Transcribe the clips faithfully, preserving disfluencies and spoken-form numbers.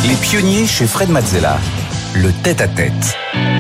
Les pionniers chez Fred Mazzella. Le tête-à-tête.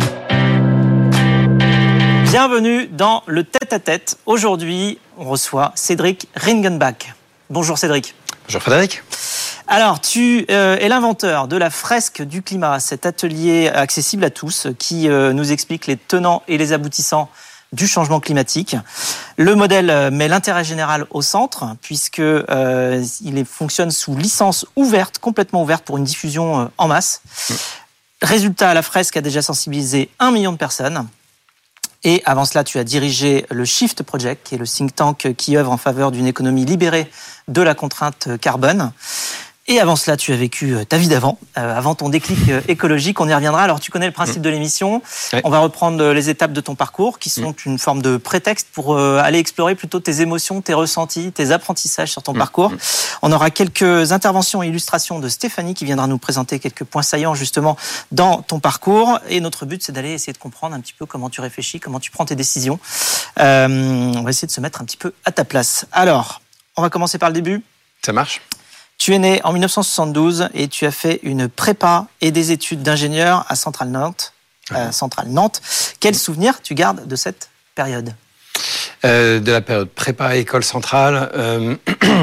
Bienvenue dans le tête-à-tête. Aujourd'hui, on reçoit Cédric Ringenbach. Bonjour Cédric. Bonjour Frédéric. Alors, tu euh, es l'inventeur de la fresque du climat, cet atelier accessible à tous qui euh, nous explique les tenants et les aboutissants du changement climatique. Le modèle met l'intérêt général au centre puisque euh, il fonctionne sous licence ouverte, complètement ouverte pour une diffusion euh, en masse. Mmh. Résultat, la fresque a déjà sensibilisé un million de personnes. Et avant cela, tu as dirigé le Shift Project, qui est le think tank qui œuvre en faveur d'une économie libérée de la contrainte carbone. Et avant cela, tu as vécu ta vie d'avant, euh, avant ton déclic écologique. On y reviendra. Alors, tu connais le principe de l'émission. Oui. On va reprendre les étapes de ton parcours, qui sont mmh. une forme de prétexte pour euh, aller explorer plutôt tes émotions, tes ressentis, tes apprentissages sur ton mmh. parcours. Mmh. On aura quelques interventions et illustrations de Stéphanie, qui viendra nous présenter quelques points saillants, justement, dans ton parcours. Et notre but, c'est d'aller essayer de comprendre un petit peu comment tu réfléchis, comment tu prends tes décisions. Euh, on va essayer de se mettre un petit peu à ta place. Alors, on va commencer par le début. Ça marche. Tu es né en dix-neuf cent soixante-douze et tu as fait une prépa et des études d'ingénieur à Centrale Nantes. Mmh. Euh, Centrale Nantes. Quel souvenir tu gardes de cette période ? euh, De la période prépa école centrale, euh,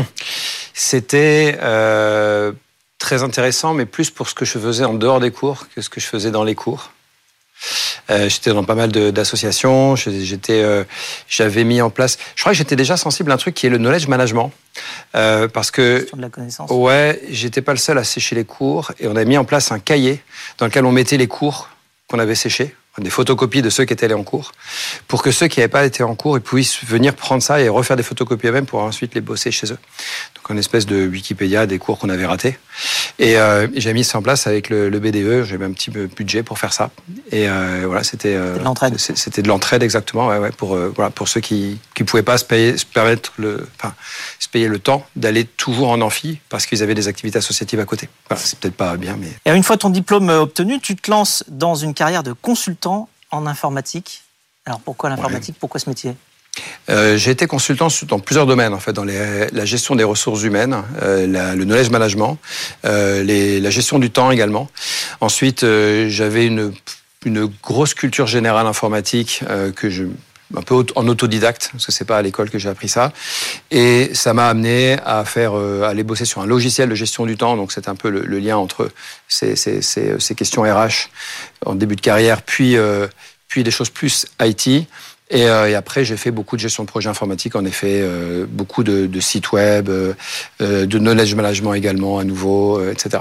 c'était euh, très intéressant, mais plus pour ce que je faisais en dehors des cours que ce que je faisais dans les cours. Euh, j'étais dans pas mal de, d'associations. J'étais, euh, j'avais mis en place. Je crois que j'étais déjà sensible à un truc qui est le knowledge management, euh, parce que de la connaissance. Ouais, j'étais pas le seul à sécher les cours, et on a mis en place un cahier dans lequel on mettait les cours qu'on avait séchés, des photocopies de ceux qui étaient allés en cours, pour que ceux qui n'avaient pas été en cours, ils puissent venir prendre ça et refaire des photocopies eux-mêmes pour ensuite les bosser chez eux. Donc une espèce de Wikipédia des cours qu'on avait ratés. Et euh, j'ai mis ça en place avec le, le B D E. J'avais un petit budget pour faire ça. Et euh, voilà, c'était, euh, c'était de l'entraide. C'était de l'entraide exactement, ouais, ouais, pour euh, voilà, pour ceux qui qui pouvaient pas se payer, se permettre le, enfin, se payer le temps d'aller toujours en amphi parce qu'ils avaient des activités associatives à côté. Voilà, c'est peut-être pas bien, mais. Et une fois ton diplôme obtenu, tu te lances dans une carrière de consultant en informatique. Alors pourquoi l'informatique ? Ouais. Pourquoi ce métier ? Euh, j'ai été consultant dans plusieurs domaines, en fait, dans les, la gestion des ressources humaines, euh, la, le knowledge management, euh, les, la gestion du temps également. Ensuite, euh, j'avais une, une grosse culture générale informatique euh, que je un peu en autodidacte, parce que c'est pas à l'école que j'ai appris ça, et ça m'a amené à faire, euh, à aller bosser sur un logiciel de gestion du temps. Donc c'est un peu le, le lien entre ces, ces, ces, ces questions R H en début de carrière, puis euh, puis des choses plus I T. Et, euh, et après, j'ai fait beaucoup de gestion de projets informatiques, en effet, euh, beaucoup de, de sites web, euh, de knowledge management également, à nouveau, euh, et cetera.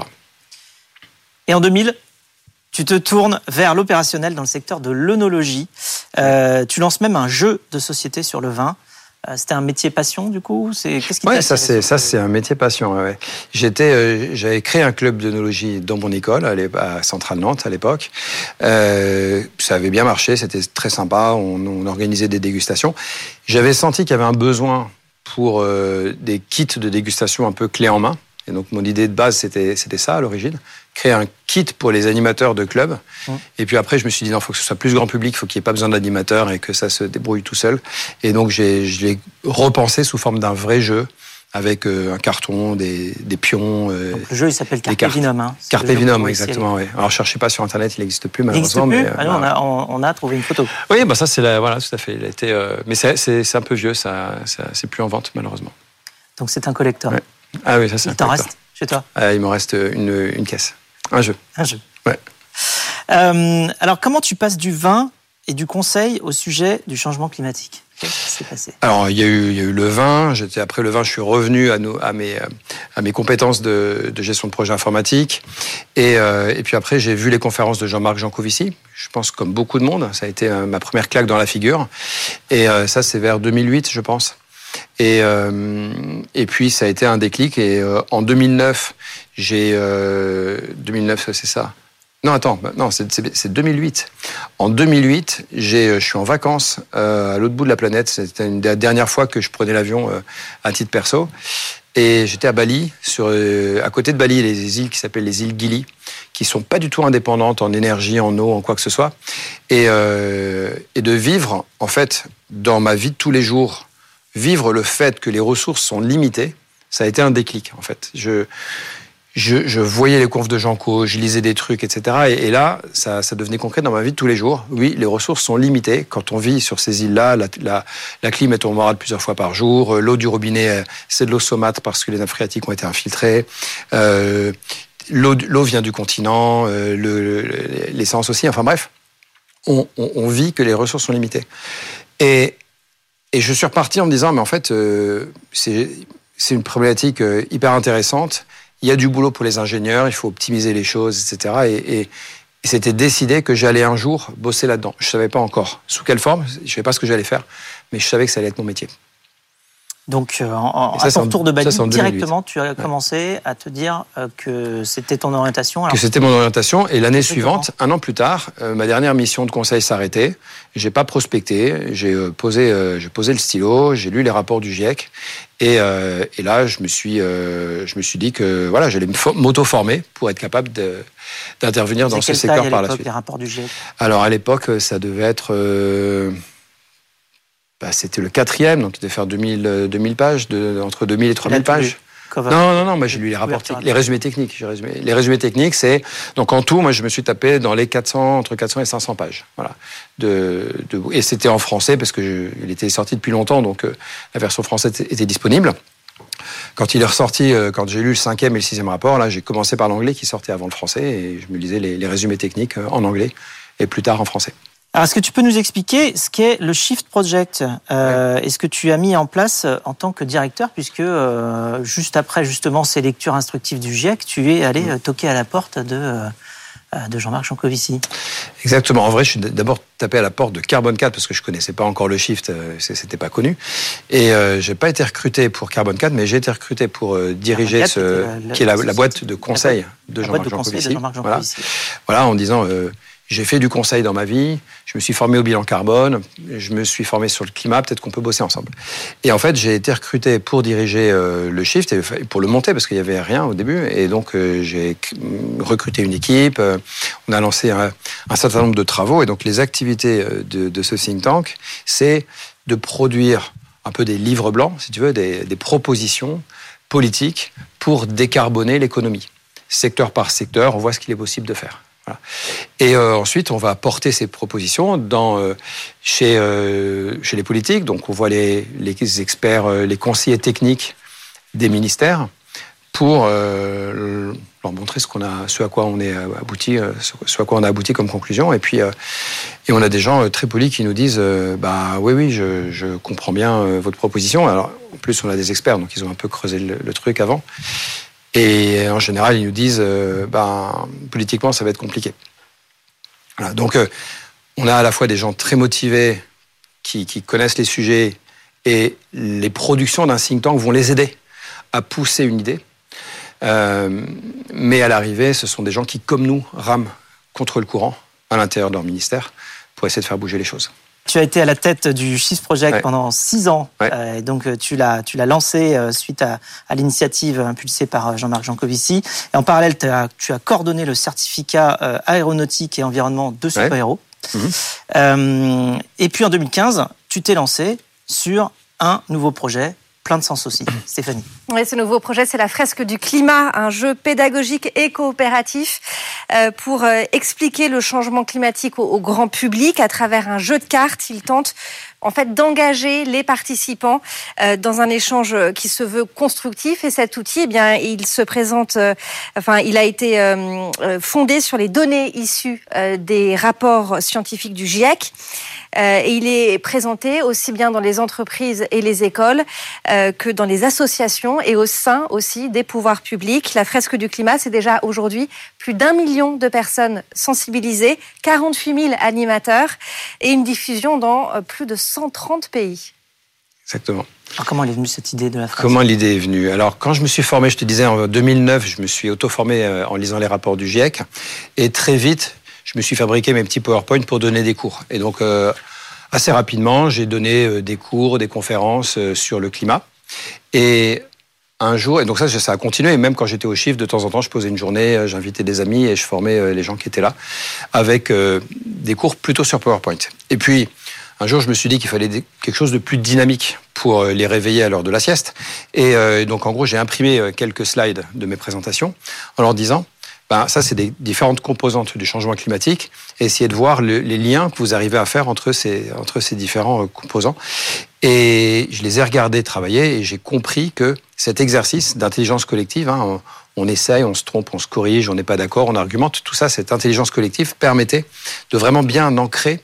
Et en deux mille, tu te tournes vers l'opérationnel dans le secteur de l'œnologie. Euh, tu lances même un jeu de société sur le vin. Euh, c'était un métier passion, du coup. C'est qu'est-ce qui ouais, t'a ça c'est ça c'est un métier passion. Ouais, ouais. J'étais, euh, j'avais créé un club d'œnologie dans mon école à Centrale Nantes à l'époque. Euh, ça avait bien marché, c'était très sympa. On, on organisait des dégustations. J'avais senti qu'il y avait un besoin pour euh, des kits de dégustation un peu clés en main. Et donc mon idée de base c'était c'était ça à l'origine. Créer un kit pour les animateurs de club. Mmh. Et puis après, je me suis dit, non, il faut que ce soit plus grand public, il faut qu'il n'y ait pas besoin d'animateurs et que ça se débrouille tout seul. Et donc, j'ai, je l'ai repensé sous forme d'un vrai jeu, avec euh, un carton, des, des pions. Euh, donc, le jeu, il s'appelle Carpe Vinum. Hein. Carpe Vinum, exactement, oui. Alors, cherchez pas sur Internet, il n'existe plus, malheureusement. Il n'existe plus mais, ah, voilà. on, a, on, on a trouvé une photo. Oui, bah, ça, c'est la, voilà, tout à fait. Il a été, euh, mais c'est, c'est, c'est un peu vieux, ça, ça, c'est plus en vente, malheureusement. Donc, c'est un collector. Ouais. Ah oui, ça, c'est il un collector. Il t'en reste chez toi ah, Il m'en reste une, une caisse. Un jeu. Un jeu. Ouais. Euh, alors, comment tu passes du vin et du conseil au sujet du changement climatique ? Qu'est-ce qui s'est passé ? Alors, il y a eu, il y a eu le vin. J'étais, après le vin, je suis revenu à, nos, à, mes, à mes compétences de, de gestion de projet informatique. Et, euh, et puis après, j'ai vu les conférences de Jean-Marc Jancovici. Je pense comme beaucoup de monde. Ça a été ma première claque dans la figure. Et euh, ça, c'est vers deux mille huit, je pense. Et, euh, et puis, ça a été un déclic. Et euh, en deux mille neuf, j'ai... Euh, deux mille neuf, c'est ça. Non, attends, non, c'est, c'est, c'est deux mille huit. En deux mille huit, j'ai, je suis en vacances euh, à l'autre bout de la planète. C'était une des dernières fois que je prenais l'avion euh, à titre perso. Et j'étais à Bali, sur, euh, à côté de Bali, les îles qui s'appellent les îles Gili, qui sont pas du tout indépendantes en énergie, en eau, en quoi que ce soit. Et, euh, et de vivre, en fait, dans ma vie de tous les jours, vivre le fait que les ressources sont limitées, ça a été un déclic, en fait. Je... je, je voyais les confs de Janco, je lisais des trucs, et cetera. Et, et là, ça, ça devenait concret dans ma vie de tous les jours. Oui, les ressources sont limitées. Quand on vit sur ces îles-là, la, la, la clim est au moral plusieurs fois par jour. L'eau du robinet, c'est de l'eau saumâtre parce que les nappes phréatiques ont été infiltrées. Euh, l'eau, l'eau vient du continent, euh, le, le, l'essence aussi. Enfin bref, on, on, on vit que les ressources sont limitées. Et, et je suis reparti en me disant, mais en fait, euh, c'est, c'est une problématique euh, hyper intéressante. Il y a du boulot pour les ingénieurs, il faut optimiser les choses, et cetera. Et, et, et c'était décidé que j'allais un jour bosser là-dedans. Je ne savais pas encore sous quelle forme, je ne savais pas ce que j'allais faire, mais je savais que ça allait être mon métier. Donc, euh, en, ça, à ton tour de bagnole, directement, tu as commencé ouais. à te dire euh, que c'était ton orientation. Alors... Que c'était mon orientation. Et l'année suivante, un an plus tard, euh, ma dernière mission de conseil s'arrêtait. J'ai pas prospecté. J'ai euh, posé, euh, j'ai posé le stylo. J'ai lu les rapports du GIEC. Et, euh, et là, je me suis, euh, je me suis dit que voilà, j'allais m'auto-former pour être capable de, d'intervenir dans ce secteur par la suite. Les rapports du GIEC. Alors à l'époque, ça devait être. Euh, Bah, c'était le quatrième, donc il devait faire deux mille, deux mille pages, de, entre deux mille et trois mille pages. Cover. Non, non, non, moi j'ai lu les rapports, les résumés techniques. J'ai résumé. Les résumés techniques, c'est donc en tout, moi je me suis tapé dans les quatre cents, entre quatre cents et cinq cents pages, voilà. De, de et c'était en français parce que je, il était sorti depuis longtemps, donc euh, la version française était, était disponible. Quand il est ressorti, euh, quand j'ai lu le cinquième et le sixième rapport, là j'ai commencé par l'anglais qui sortait avant le français et je me lisais les, les résumés techniques euh, en anglais et plus tard en français. Alors, est-ce que tu peux nous expliquer ce qu'est le Shift Project euh, ouais. Est-ce que tu as mis en place en tant que directeur, puisque euh, juste après justement ces lectures instructives du GIEC, tu es allé mmh. toquer à la porte de, euh, de Jean-Marc Jancovici. Exactement. En vrai, je suis d'abord tapé à la porte de Carbone quatre parce que je connaissais pas encore le Shift, c'était pas connu. Et euh, j'ai pas été recruté pour Carbone quatre, mais j'ai été recruté pour euh, diriger ce, la, la, qui est la, la boîte de conseil de Jean-Marc Jancovici. Voilà. voilà, en disant. Euh, J'ai fait du conseil dans ma vie, je me suis formé au bilan carbone, je me suis formé sur le climat, peut-être qu'on peut bosser ensemble. Et en fait, j'ai été recruté pour diriger euh, le Shift et pour le monter parce qu'il n'y avait rien au début. Et donc, euh, j'ai recruté une équipe, euh, on a lancé un, un certain nombre de travaux. Et donc, les activités de, de ce think tank, c'est de produire un peu des livres blancs, si tu veux, des, des propositions politiques pour décarboner l'économie. Secteur par secteur, on voit ce qu'il est possible de faire. Voilà. Et euh, ensuite, on va porter ces propositions dans, euh, chez, euh, chez les politiques. Donc, on voit les, les experts, euh, les conseillers techniques des ministères pour euh, leur montrer ce, qu'on a, ce à quoi on est abouti, euh, ce à quoi on a abouti comme conclusion. Et puis, euh, et on a des gens très polis qui nous disent euh, bah oui, oui, je, je comprends bien euh, votre proposition. Alors, en plus, on a des experts, donc ils ont un peu creusé le, le truc avant. Et en général, ils nous disent, euh, ben, politiquement, ça va être compliqué. Voilà, donc, euh, on a à la fois des gens très motivés qui, qui connaissent les sujets et les productions d'un think tank vont les aider à pousser une idée. Euh, mais à l'arrivée, ce sont des gens qui, comme nous, rament contre le courant à l'intérieur de leur ministère pour essayer de faire bouger les choses. Tu as été à la tête du Shift Project ouais. pendant six ans. Ouais. Euh, donc, tu l'as, tu l'as lancé euh, suite à, à l'initiative impulsée par Jean-Marc Jancovici. Et en parallèle, as, tu as coordonné le certificat euh, aéronautique et environnement de super-héros. Ouais. Mmh. Euh, et puis, en deux mille quinze, tu t'es lancé sur un nouveau projet plein de sens aussi. Stéphanie. Oui, ce nouveau projet, c'est la fresque du climat, un jeu pédagogique et coopératif euh, pour euh, expliquer le changement climatique au, au grand public à travers un jeu de cartes. Il tente en fait d'engager les participants euh, dans un échange qui se veut constructif. Et cet outil, eh bien, il se présente, euh, enfin, il a été euh, fondé sur les données issues euh, des rapports scientifiques du GIEC. Euh, et il est présenté aussi bien dans les entreprises et les écoles euh, que dans les associations et au sein aussi des pouvoirs publics. La fresque du climat, c'est déjà aujourd'hui plus d'un million de personnes sensibilisées, quarante-huit mille animateurs et une diffusion dans euh, plus de cent trente pays. Exactement. Alors comment est venue cette idée de la fresque ? Comment l'idée est venue ? Alors quand je me suis formé, je te disais en deux mille neuf, je me suis auto-formé en lisant les rapports du GIEC et très vite, je me suis fabriqué mes petits PowerPoint pour donner des cours. Et donc, euh, assez rapidement, j'ai donné euh, des cours, des conférences euh, sur le climat. Et un jour, et donc ça, ça a continué. Et même quand j'étais au Shift, de temps en temps, je posais une journée, euh, j'invitais des amis et je formais euh, les gens qui étaient là avec euh, des cours plutôt sur PowerPoint. Et puis, un jour, je me suis dit qu'il fallait quelque chose de plus dynamique pour les réveiller à l'heure de la sieste. Et euh, donc, en gros, j'ai imprimé quelques slides de mes présentations en leur disant, ben, ça, c'est des différentes composantes du changement climatique, et essayer de voir le, les liens que vous arrivez à faire entre ces, entre ces différents composants. Et je les ai regardés travailler, et j'ai compris que cet exercice d'intelligence collective, hein, on, on essaye, on se trompe, on se corrige, on n'est pas d'accord, on argumente, tout ça, cette intelligence collective permettait de vraiment bien ancrer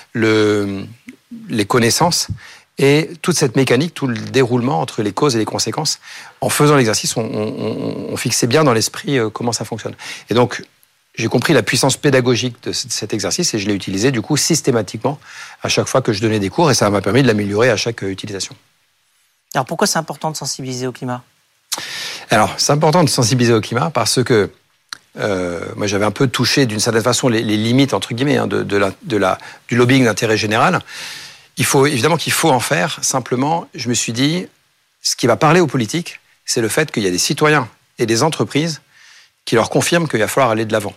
le, les connaissances et toute cette mécanique, tout le déroulement entre les causes et les conséquences. En faisant l'exercice, on, on, on fixait bien dans l'esprit comment ça fonctionne. Et donc, j'ai compris la puissance pédagogique de cet exercice et je l'ai utilisé du coup systématiquement à chaque fois que je donnais des cours, et ça m'a permis de l'améliorer à chaque utilisation. Alors pourquoi c'est important de sensibiliser au climat ? Alors, c'est important de sensibiliser au climat parce que euh, moi, j'avais un peu touché d'une certaine façon les, les limites entre guillemets hein, de, de la, de la, du lobbying d'intérêt général. Il faut évidemment qu'il faut en faire. Simplement, je me suis dit, ce qui va parler aux politiques, c'est le fait qu'il y a des citoyens et des entreprises qui leur confirment qu'il va falloir aller de l'avant.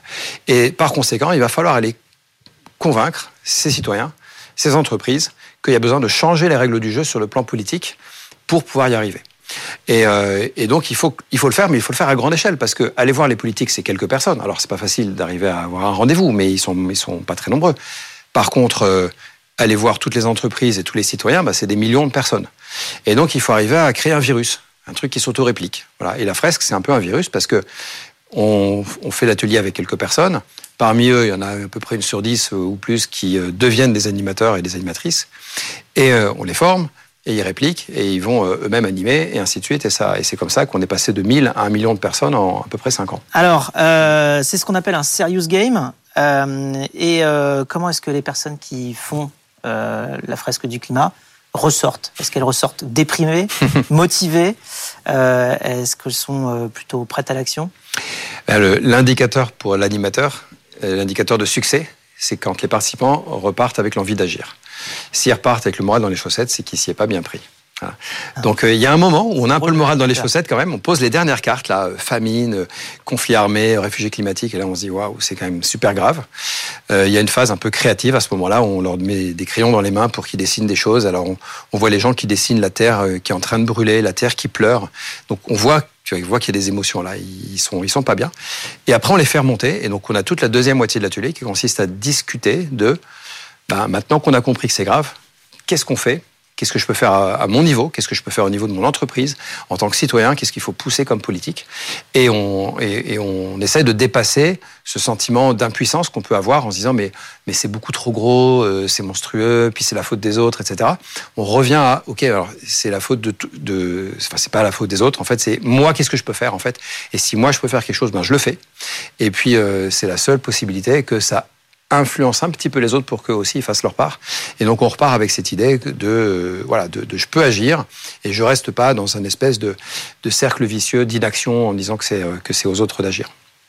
Et par conséquent, il va falloir aller convaincre ces citoyens, ces entreprises, qu'il y a besoin de changer les règles du jeu sur le plan politique pour pouvoir y arriver. Et, euh, et donc, il faut, il faut le faire, mais il faut le faire à grande échelle, parce que aller voir les politiques, c'est quelques personnes. Alors, c'est pas facile d'arriver à avoir un rendez-vous, mais ils sont, ils sont pas très nombreux. Par contre, euh, aller voir toutes les entreprises et tous les citoyens, bah, c'est des millions de personnes. Et donc, il faut arriver à créer un virus, un truc qui s'auto-réplique. Voilà. Et la fresque, c'est un peu un virus, parce que on, on fait l'atelier avec quelques personnes. Parmi eux, il y en a à peu près une sur dix ou plus qui deviennent des animateurs et des animatrices. Et euh, on les forme. Et ils répliquent, et ils vont eux-mêmes animer, et ainsi de suite. Et, ça, et c'est comme ça qu'on est passé de mille à un million de personnes en à peu près cinq ans. Alors, euh, c'est ce qu'on appelle un serious game. Euh, et euh, comment est-ce que les personnes qui font euh, la fresque du climat ressortent ? Est-ce qu'elles ressortent déprimées, motivées ? euh, Est-ce qu'elles sont plutôt prêtes à l'action ? Le, L'indicateur pour l'animateur, l'indicateur de succès, c'est quand les participants repartent avec l'envie d'agir. S'ils repartent avec le moral dans les chaussettes, c'est qu'ils s'y est pas bien pris. Voilà. Donc il euh, y a un moment où on a un peu le moral dans les chaussettes quand même. On pose les dernières cartes là, famine, conflit armé, réfugiés climatiques, et là on se dit waouh, c'est quand même super grave. Il euh, y a une phase un peu créative à ce moment-là où on leur met des crayons dans les mains pour qu'ils dessinent des choses. Alors on, on voit les gens qui dessinent la terre qui est en train de brûler, la terre qui pleure. Donc on voit Tu vois qu'il y a des émotions là, ils sont, ils sont pas bien. Et après, on les fait remonter. Et donc, on a toute la deuxième moitié de l'atelier qui consiste à discuter de, ben, maintenant qu'on a compris que c'est grave, qu'est-ce qu'on fait ? Qu'est-ce que je peux faire à mon niveau ? Qu'est-ce que je peux faire au niveau de mon entreprise ? En tant que citoyen, qu'est-ce qu'il faut pousser comme politique ? Et on, et, et on essaie de dépasser ce sentiment d'impuissance qu'on peut avoir en se disant mais, mais c'est beaucoup trop gros, euh, c'est monstrueux, puis c'est la faute des autres, et cetera. On revient à, ok, alors c'est la faute de, de... Enfin, c'est pas la faute des autres, en fait, c'est moi, qu'est-ce que je peux faire, en fait ? Et si moi, je peux faire quelque chose, ben je le fais. Et puis, euh, c'est la seule possibilité que ça influence un petit peu les autres pour qu'eux aussi ils fassent leur part. Et donc on repart avec cette idée de, euh, voilà, de, de je peux agir et je reste pas dans un espèce de, de cercle vicieux d'inaction en disant que c'est, euh, que c'est aux autres d'agir.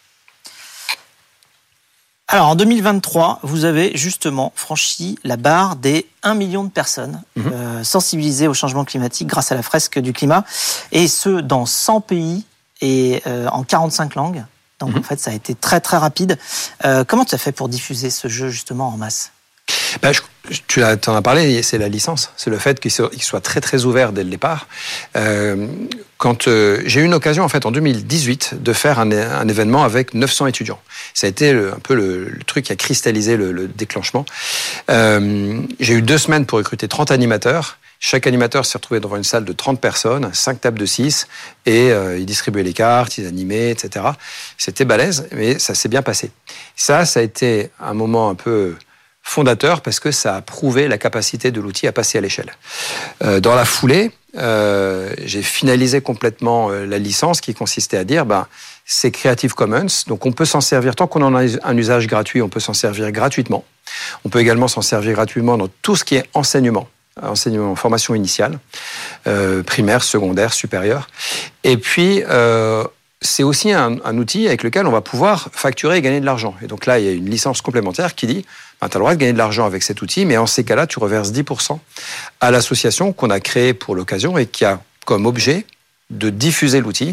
Alors en deux mille vingt-trois, vous avez justement franchi la barre des un million de personnes mmh. euh, sensibilisées au changement climatique grâce à la fresque du climat, et ce dans cent pays et euh, en quarante-cinq langues. Donc mmh. en fait, ça a été très très rapide. Euh, comment tu as fait pour diffuser ce jeu justement en masse ? Ben, je, tu en as parlé, c'est la licence. C'est le fait qu'il soit, qu'il soit très très ouvert dès le départ. Euh, quand euh, j'ai eu une occasion en fait en deux mille dix-huit de faire un, un événement avec neuf cents étudiants. Ça a été le, un peu le, le truc qui a cristallisé le, le déclenchement. Euh, j'ai eu deux semaines pour recruter trente animateurs. Chaque animateur s'est retrouvé devant une salle de trente personnes, cinq tables de six, et euh, ils distribuaient les cartes, ils animaient, et cetera. C'était balèze, mais ça s'est bien passé. Ça, ça a été un moment un peu fondateur parce que ça a prouvé la capacité de l'outil à passer à l'échelle. Euh, dans la foulée, euh, j'ai finalisé complètement euh, la licence qui consistait à dire, ben, c'est Creative Commons, donc on peut s'en servir, tant qu'on en a un usage gratuit, on peut s'en servir gratuitement. On peut également s'en servir gratuitement dans tout ce qui est enseignement. enseignement, formation initiale, euh, primaire, secondaire, supérieure. Et puis, euh, c'est aussi un, un outil avec lequel on va pouvoir facturer et gagner de l'argent. Et donc là, il y a une licence complémentaire qui dit ben, tu as le droit de gagner de l'argent avec cet outil, mais en ces cas-là, tu reverses dix pour cent à l'association qu'on a créée pour l'occasion et qui a comme objet de diffuser l'outil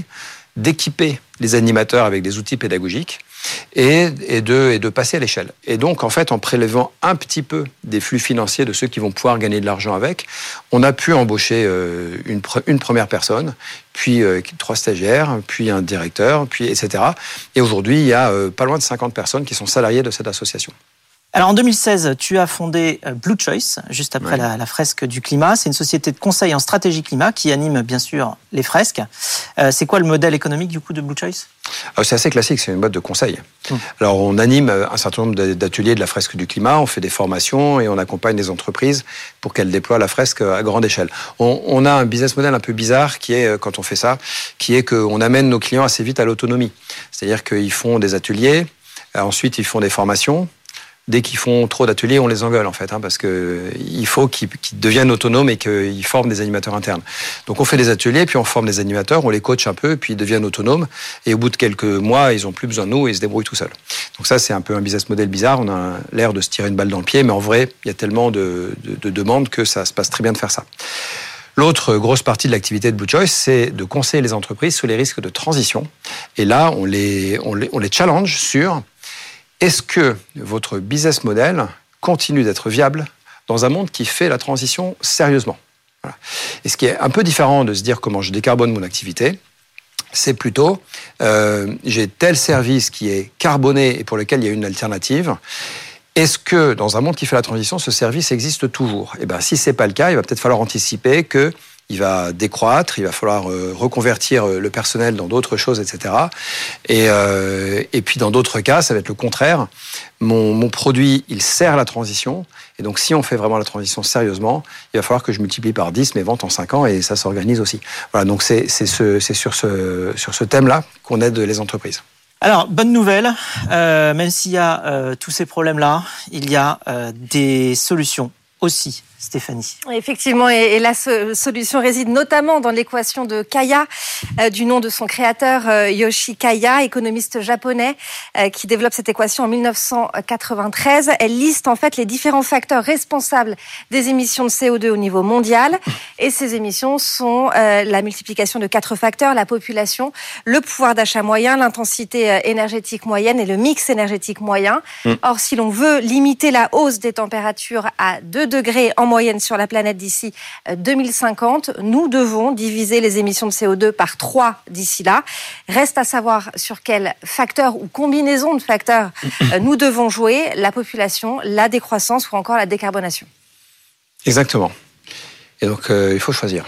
d'équiper les animateurs avec des outils pédagogiques et, et, de, et de passer à l'échelle. Et donc, en fait, en prélevant un petit peu des flux financiers de ceux qui vont pouvoir gagner de l'argent avec, on a pu embaucher euh, une, une première personne, puis euh, trois stagiaires, puis un directeur, puis et cetera. Et aujourd'hui, il y a euh, pas loin de cinquante personnes qui sont salariées de cette association. Alors en deux mille seize, tu as fondé Blue Choice, juste après oui. la, la fresque du climat. C'est une société de conseil en stratégie climat qui anime bien sûr les fresques. Euh, c'est quoi le modèle économique du coup de Blue Choice ? Alors, c'est assez classique, c'est une boîte de conseil. Mmh. Alors on anime un certain nombre d'ateliers de la fresque du climat, on fait des formations et on accompagne les entreprises pour qu'elles déploient la fresque à grande échelle. On, on a un business model un peu bizarre qui est, quand on fait ça, qui est qu'on amène nos clients assez vite à l'autonomie. C'est-à-dire qu'ils font des ateliers, ensuite ils font des formations. Dès qu'ils font trop d'ateliers, on les engueule en fait, hein, parce que il faut qu'ils, qu'ils deviennent autonomes et qu'ils forment des animateurs internes. Donc on fait des ateliers, puis on forme des animateurs, on les coach un peu, puis ils deviennent autonomes. Et au bout de quelques mois, ils ont plus besoin de nous et ils se débrouillent tout seuls. Donc ça, c'est un peu un business model bizarre. On a l'air de se tirer une balle dans le pied, mais en vrai, il y a tellement de, de, de demandes que ça se passe très bien de faire ça. L'autre grosse partie de l'activité de Blue Choice, c'est de conseiller les entreprises sur les risques de transition. Et là, on les, on les, on les challenge sur est-ce que votre business model continue d'être viable dans un monde qui fait la transition sérieusement ? Voilà. Et ce qui est un peu différent de se dire comment je décarbone mon activité, c'est plutôt euh, j'ai tel service qui est carboné et pour lequel il y a une alternative. Est-ce que dans un monde qui fait la transition, ce service existe toujours ? Eh bien, si ce n'est pas le cas, il va peut-être falloir anticiper que il va décroître, il va falloir euh, reconvertir le personnel dans d'autres choses, et cetera. Et, euh, et puis dans d'autres cas, ça va être le contraire. Mon, mon produit, il sert la transition. Et donc si on fait vraiment la transition sérieusement, il va falloir que je multiplie par dix mes ventes en cinq ans et ça s'organise aussi. Voilà, donc c'est, c'est, ce, c'est sur ce, sur ce thème-là qu'on aide les entreprises. Alors, bonne nouvelle, euh, même s'il y a euh, tous ces problèmes-là, il y a euh, des solutions aussi. Stéphanie. Effectivement, et, et la so- solution réside notamment dans l'équation de Kaya, euh, du nom de son créateur euh, Yoshi Kaya, économiste japonais, euh, qui développe cette équation en dix-neuf cent quatre-vingt-treize. Elle liste en fait les différents facteurs responsables des émissions de C O deux au niveau mondial. Et ces émissions sont euh, la multiplication de quatre facteurs, la population, le pouvoir d'achat moyen, l'intensité euh, énergétique moyenne et le mix énergétique moyen. Mm. Or, si l'on veut limiter la hausse des températures à deux degrés en moyenne sur la planète d'ici deux mille cinquante, nous devons diviser les émissions de C O deux par trois d'ici là. Reste à savoir sur quel facteur ou combinaison de facteurs nous devons jouer, la population, la décroissance ou encore la décarbonation. Exactement. Et donc, euh, il faut choisir.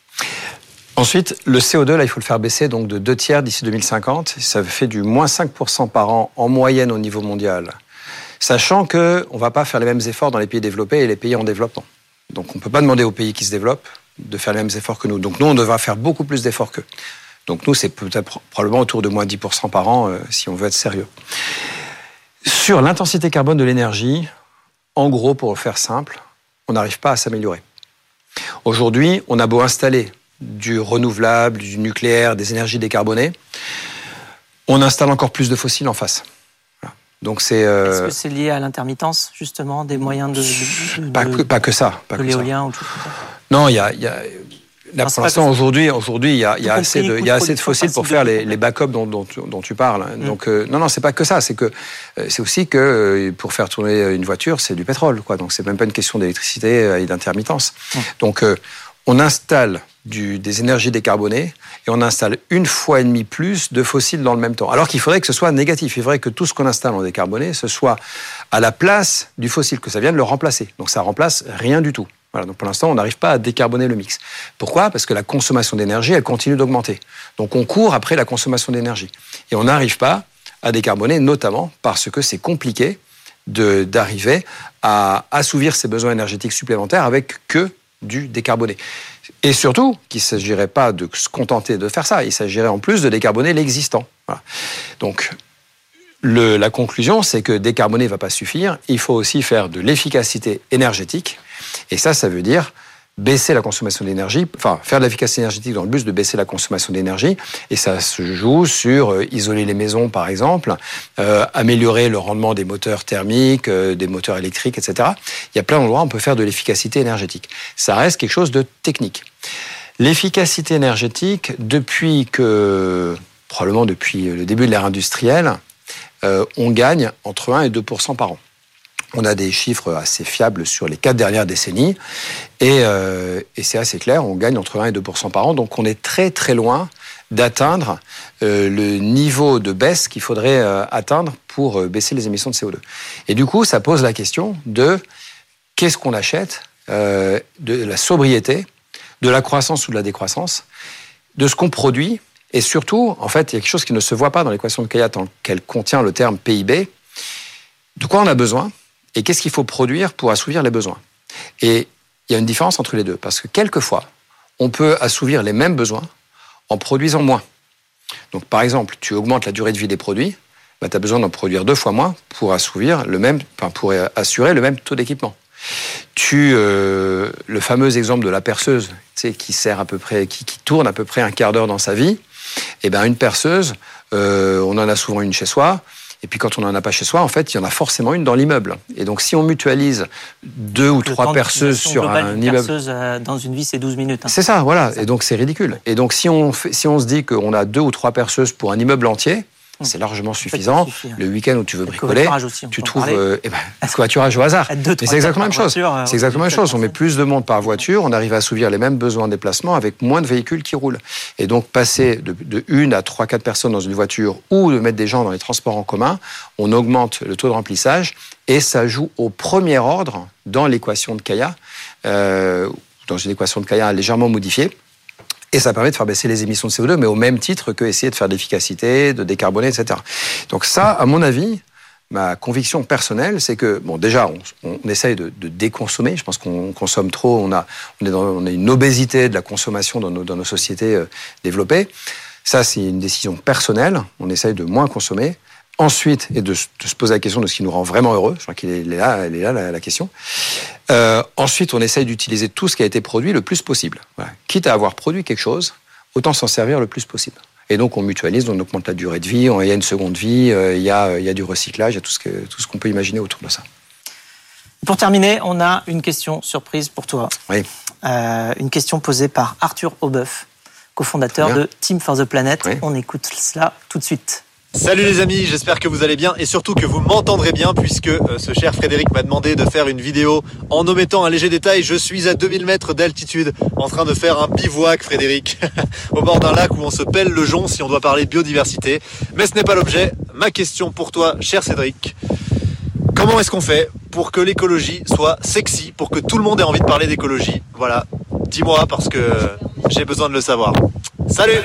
Ensuite, le C O deux, là, il faut le faire baisser donc de deux tiers d'ici deux mille cinquante. Ça fait du moins cinq pour cent par an en moyenne au niveau mondial. Sachant qu'on ne va pas faire les mêmes efforts dans les pays développés et les pays en développement. Donc on ne peut pas demander aux pays qui se développent de faire les mêmes efforts que nous. Donc nous, on devra faire beaucoup plus d'efforts qu'eux. Donc nous, c'est peut-être probablement autour de moins dix pour cent par an euh, si on veut être sérieux. Sur l'intensité carbone de l'énergie, en gros, pour le faire simple, on n'arrive pas à s'améliorer. Aujourd'hui, on a beau installer du renouvelable, du nucléaire, des énergies décarbonées, on installe encore plus de fossiles en face. Donc c'est, euh... Est-ce que c'est lié à l'intermittence, justement, des moyens de... de, de pas, que, pas que ça. Pas de que l'éolien ça. ou tout ça. Non, il y a... Y a... Là, non, pour l'instant, aujourd'hui, aujourd'hui, il y a, il y a assez de, il y a assez de fossiles pour faire les, les backups dont, dont, dont tu parles. Mm. Donc, euh, non, non, c'est pas que ça. C'est que, euh, c'est aussi que euh, pour faire tourner une voiture, c'est du pétrole, quoi. Donc, c'est même pas une question d'électricité et d'intermittence. Mm. Donc, euh, on installe du, des énergies décarbonées et on installe une fois et demie plus de fossiles dans le même temps. Alors qu'il faudrait que ce soit négatif. Il faudrait que tout ce qu'on installe en décarboné, ce soit à la place du fossile, que ça vienne le remplacer. Donc, ça remplace rien du tout. Voilà, donc pour l'instant, on n'arrive pas à décarboner le mix. Pourquoi ? Parce que la consommation d'énergie, elle continue d'augmenter. Donc on court après la consommation d'énergie. Et on n'arrive pas à décarboner, notamment parce que c'est compliqué de, d'arriver à assouvir ses besoins énergétiques supplémentaires avec que du décarboné. Et surtout, qu'il ne s'agirait pas de se contenter de faire ça, il s'agirait en plus de décarboner l'existant. Voilà. Donc, le, la conclusion, c'est que décarboner ne va pas suffire, il faut aussi faire de l'efficacité énergétique. Et ça, ça veut dire baisser la consommation d'énergie, enfin faire de l'efficacité énergétique dans le but de baisser la consommation d'énergie. Et ça se joue sur euh, isoler les maisons, par exemple, euh, améliorer le rendement des moteurs thermiques, euh, des moteurs électriques, et cetera. Il y a plein d'endroits où on peut faire de l'efficacité énergétique. Ça reste quelque chose de technique. L'efficacité énergétique, depuis que probablement depuis le début de l'ère industrielle, euh, on gagne entre un et deux pour cent par an. On a des chiffres assez fiables sur les quatre dernières décennies et, euh, et c'est assez clair, on gagne entre un et deux pour cent par an. Donc on est très très loin d'atteindre euh, le niveau de baisse qu'il faudrait euh, atteindre pour euh, baisser les émissions de C O deux. Et du coup, ça pose la question de qu'est-ce qu'on achète, euh, de la sobriété, de la croissance ou de la décroissance, de ce qu'on produit. Et surtout, en fait, il y a quelque chose qui ne se voit pas dans l'équation de Kaya tant qu'elle contient le terme P I B. De quoi on a besoin et qu'est-ce qu'il faut produire pour assouvir les besoins. Et il y a une différence entre les deux, parce que quelquefois, on peut assouvir les mêmes besoins en produisant moins. Donc, par exemple, tu augmentes la durée de vie des produits, bah, tu as besoin d'en produire deux fois moins pour assouvir le même, enfin, pour assurer le même taux d'équipement. Tu, euh, le fameux exemple de la perceuse, tu sais, qui sert à peu près, qui, qui tourne à peu près un quart d'heure dans sa vie. Eh ben, une perceuse, euh, on en a souvent une chez soi. Et puis quand on n'en a pas chez soi, en fait, il y en a forcément une dans l'immeuble. Et donc si on mutualise deux ou trois perceuses sur un immeuble, perceuse dans une vie, c'est douze minutes. Hein. C'est ça, voilà. Et donc c'est ridicule. Et donc si on fait, si on se dit qu'on a deux ou trois perceuses pour un immeuble entier, c'est largement suffisant. Suffit, hein. Le week-end où tu veux bricoler, aussi, tu trouves euh, eh ben, le covoiturage au hasard. Deux, Mais c'est exactement la même chose. Voiture, c'est exactement la même chose. On met plus de monde par voiture, on arrive à assouvir les mêmes besoins de déplacement avec moins de véhicules qui roulent. Et donc passer de, de une à trois, quatre personnes dans une voiture ou de mettre des gens dans les transports en commun, on augmente le taux de remplissage et ça joue au premier ordre dans l'équation de Kaya, euh, dans une équation de Kaya légèrement modifiée. Et ça permet de faire baisser les émissions de C O deux, mais au même titre que essayer de faire de l'efficacité, de décarboner, et cetera. Donc ça, à mon avis, ma conviction personnelle, c'est que, bon, déjà, on, on essaye de, de déconsommer. Je pense qu'on consomme trop. On a, on est dans, on a une obésité de la consommation dans nos, dans nos sociétés euh, développées. Ça, c'est une décision personnelle. On essaye de moins consommer. Ensuite, et de, de se poser la question de ce qui nous rend vraiment heureux. Je crois qu'il est là, elle est là la, la question. Euh, ensuite, on essaye d'utiliser tout ce qui a été produit le plus possible. Voilà. Quitte à avoir produit quelque chose, autant s'en servir le plus possible. Et donc, on mutualise, on augmente la durée de vie, on, il y a une seconde vie, euh, il, y a, il y a du recyclage, il y a tout ce, que, tout ce qu'on peut imaginer autour de ça. Pour terminer, on a une question surprise pour toi. Oui. Euh, une question posée par Arthur Aubeuf, cofondateur de Team for the Planet. Oui. On écoute cela tout de suite. Salut les amis, j'espère que vous allez bien et surtout que vous m'entendrez bien puisque euh, ce cher Frédéric m'a demandé de faire une vidéo en omettant un léger détail. Je suis à deux mille mètres d'altitude en train de faire un bivouac, Frédéric, au bord d'un lac où on se pèle le jonc si on doit parler biodiversité. Mais ce n'est pas l'objet. Ma question pour toi, cher Cédric, comment est-ce qu'on fait pour que l'écologie soit sexy, pour que tout le monde ait envie de parler d'écologie? Voilà, dis-moi parce que j'ai besoin de le savoir. Salut!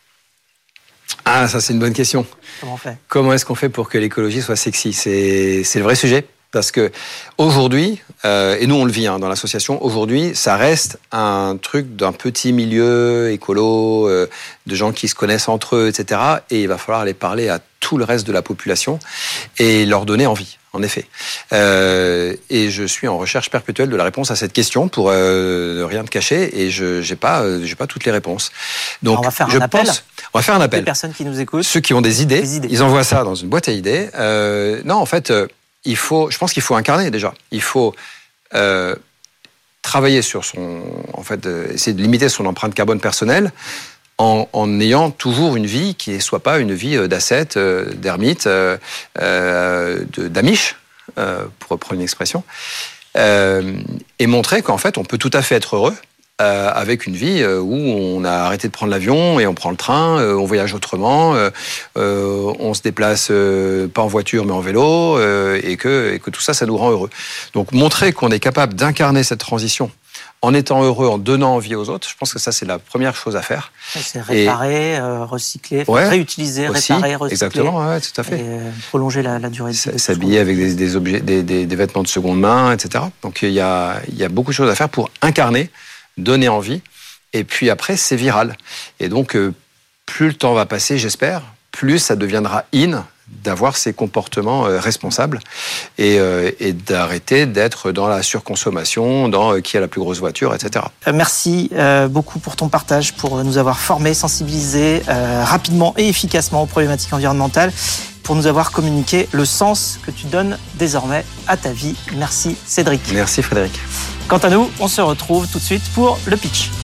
Ah, ça c'est une bonne question. Comment on fait ? Comment est-ce qu'on fait pour que l'écologie soit sexy ? C'est, c'est le vrai sujet. Parce que aujourd'hui, euh, et nous on le vit hein, dans l'association, aujourd'hui ça reste un truc d'un petit milieu écolo, euh, de gens qui se connaissent entre eux, et cetera. Et il va falloir aller parler à tout le reste de la population et leur donner envie, en effet. Euh, et je suis en recherche perpétuelle de la réponse à cette question pour euh, rien te cacher et je j'ai pas euh, j'ai pas toutes les réponses. Donc on va faire je un appel. Pense, on va faire un appel. Les personnes qui nous écoutent, ceux qui ont des idées, des idées. Ils envoient ça dans une boîte à idées. Euh, non, en fait. Euh, Il faut, je pense qu'il faut incarner déjà. Il faut euh, travailler sur son, en fait, euh, essayer de limiter son empreinte carbone personnelle en, en ayant toujours une vie qui ne soit pas une vie d'ascète, euh, d'ermite, euh, euh, de, d'amiche, euh, pour reprendre une expression, euh, et montrer qu'en fait, on peut tout à fait être heureux euh, avec une vie où on a arrêté de prendre l'avion et on prend le train, euh, on voyage autrement, euh, euh, on se déplace euh, pas en voiture mais en vélo, euh, et, que, et que tout ça, ça nous rend heureux. Donc montrer qu'on est capable d'incarner cette transition en étant heureux, en donnant envie aux autres, je pense que ça, c'est la première chose à faire. C'est réparer, et... euh, recycler, ouais, réutiliser, aussi, réparer, recycler. Exactement, ouais, tout à fait. Et euh, prolonger la, la durée de vie. S'habiller avec des, des, objets, des, des, des vêtements de seconde main, et cetera. Donc il y a, il y a beaucoup de choses à faire pour incarner, donner envie, et puis après, c'est viral. Et donc, euh, plus le temps va passer, j'espère, plus ça deviendra in d'avoir ces comportements euh, responsables et, euh, et d'arrêter d'être dans la surconsommation, dans euh, qui a la plus grosse voiture, et cetera. Euh, merci euh, beaucoup pour ton partage, pour nous avoir formés, sensibilisés euh, rapidement et efficacement aux problématiques environnementales, pour nous avoir communiqué le sens que tu donnes désormais à ta vie. Merci Cédric. Merci Frédéric. Quant à nous, on se retrouve tout de suite pour le pitch.